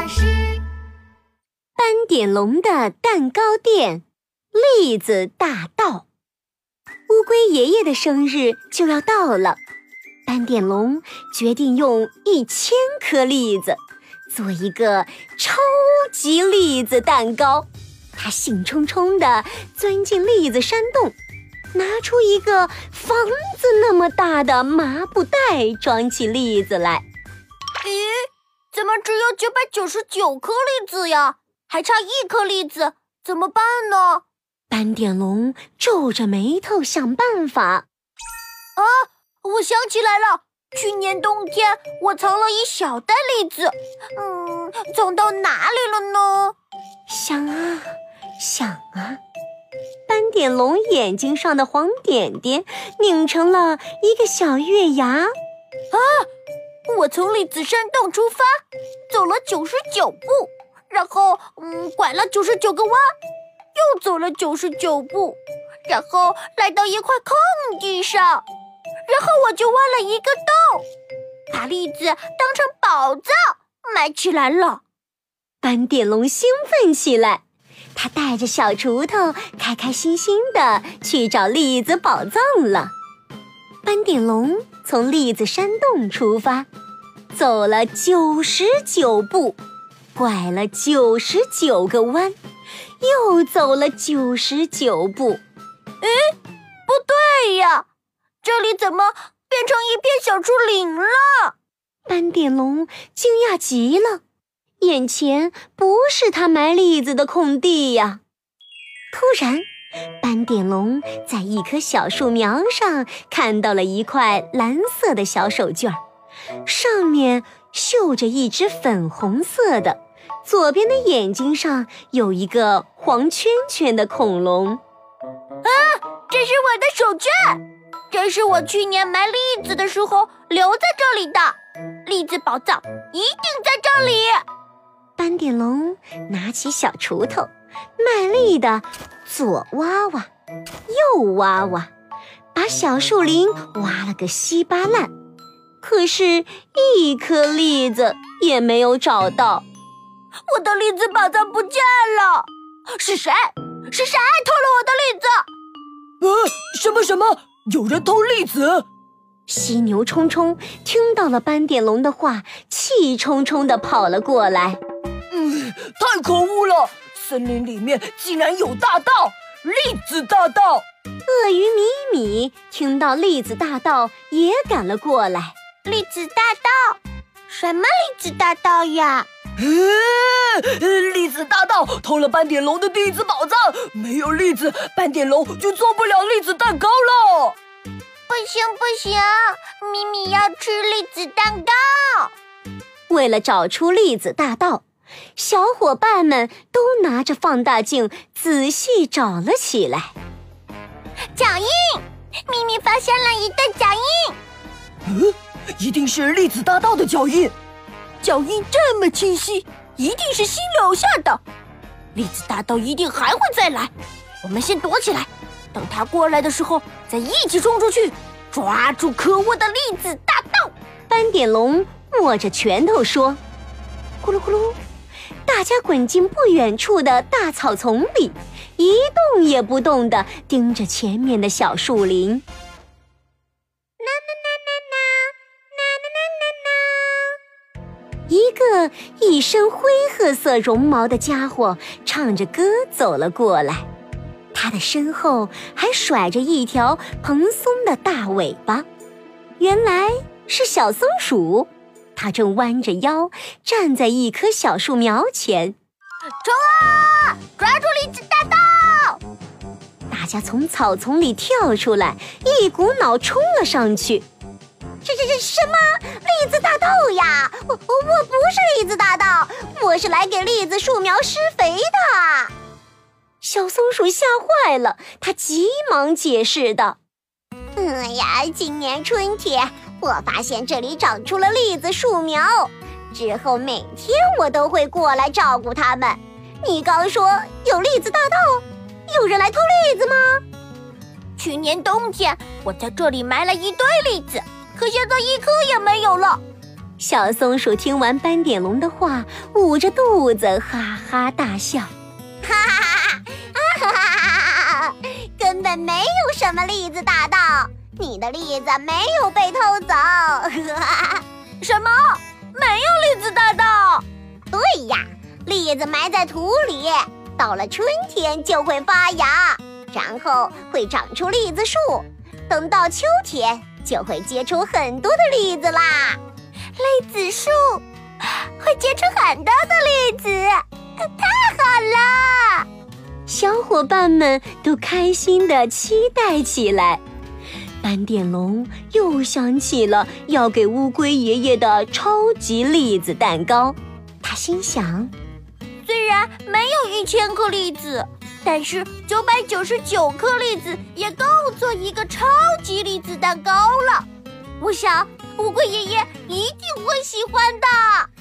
巴士。 斑点龙的蛋糕店，栗子大道。乌龟爷爷的生日就要到了，斑点龙决定用1000颗栗子做一个超级栗子蛋糕。他兴冲冲地钻进栗子山洞，拿出一个房子那么大的麻布袋，装起栗子来。 咦，怎么只有999颗栗子呀？还差1颗栗子，怎么办呢？ 斑点龙皱着眉头想办法。 啊，我想起来了，去年冬天我藏了一小袋栗子，藏到哪里了呢？ 想啊想啊，斑点龙眼睛上的黄点点拧成了一个小月牙。 啊，我从栗子山洞出发，走了99步，然后拐了99个弯，又走了99步，然后来到一块空地上，然后我就挖了一个洞，把栗子当成宝藏埋起来了。 斑点龙兴奋起来，他带着小锄头开开心心地去找栗子宝藏了。斑点龙从栗子山洞出发，走了99步，拐了99个弯，又走了99步。 诶，不对呀，这里怎么变成一片小树林了？ 斑点龙惊讶极了，眼前不是他埋栗子的空地呀。突然，斑点龙在一棵小树苗上看到了一块蓝色的小手绢，上面绣着一只粉红色的，左边的眼睛上有一个黄圈圈的恐龙。 啊，这是我的手绢，这是我去年埋栗子的时候留在这里的，栗子宝藏一定在这里。 斑点龙拿起小锄头，卖力地左挖挖，右挖挖，把小树林挖了个稀巴烂，可是一颗栗子也没有找到。 我的栗子宝藏不见了，是谁？是谁偷了我的栗子？ 什么？有人偷栗子？ 犀牛冲冲听到了斑点龙的话，气冲冲地跑了过来。 太可恶了！森林里面竟然有大盗，栗子大盗！ 鳄鱼米米听到栗子大盗也赶了过来。 栗子大盗？什么栗子大盗呀？ 栗子大盗偷了斑点龙的栗子宝藏，没有栗子，斑点龙就做不了栗子蛋糕了。 不行，咪咪要吃栗子蛋糕。 为了找出栗子大盗，小伙伴们都拿着放大镜仔细找了起来。 脚印！咪咪发现了一对脚印。 一定是栗子大盗的脚印。 脚印这么清晰，一定是新留下的。栗子大盗一定还会再来，我们先躲起来，等他过来的时候再一起冲出去，抓住可恶的栗子大盗。 斑点龙握着拳头说：咕噜咕噜，大家滚进不远处的大草丛里，一动也不动地盯着前面的小树林。一个一身灰褐色绒毛的家伙唱着歌走了过来，他的身后还甩着一条蓬松的大尾巴，原来是小松鼠。他正弯着腰站在一棵小树苗前。 冲啊！抓住栗子大盗！ 大家从草丛里跳出来，一股脑冲了上去。 这什么？栗子大盗呀！我不是栗子大盗，我是来给栗子树苗施肥的。 小松鼠吓坏了，他急忙解释道： 今年春天我发现这里长出了栗子树苗，之后每天我都会过来照顾它们。你刚说有栗子大盗，有人来偷栗子吗？去年冬天我在这里埋了一堆栗子，可现在一颗也没有了。 小松鼠听完斑点龙的话，捂着肚子哈哈大笑。 哈哈哈哈！根本没有什么栗子大盗，你的栗子没有被偷走。 什么？没有栗子大盗？ 对呀，栗子埋在土里，到了春天就会发芽，然后会长出栗子树，等到秋天就会结出很多的栗子啦。 栗子树会结出很多的栗子，太好了！ 小伙伴们都开心地期待起来。斑点龙又想起了要给乌龟爷爷的超级栗子蛋糕，他心想， 虽然没有1000颗栗子，但是999颗栗子也够做一个超级栗子蛋糕了。我想乌龟爷爷一定会喜欢的。